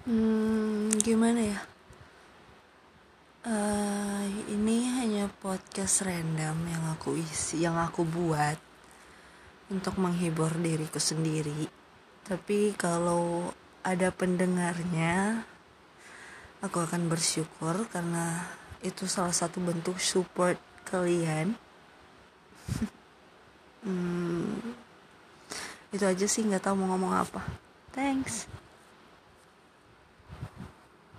Gimana ya? Ini hanya podcast random yang aku isi, yang aku buat untuk menghibur diriku sendiri. Tapi kalau ada pendengarnya, aku akan bersyukur karena itu salah satu bentuk support kalian. Itu aja sih, nggak tahu mau ngomong apa. Thanks.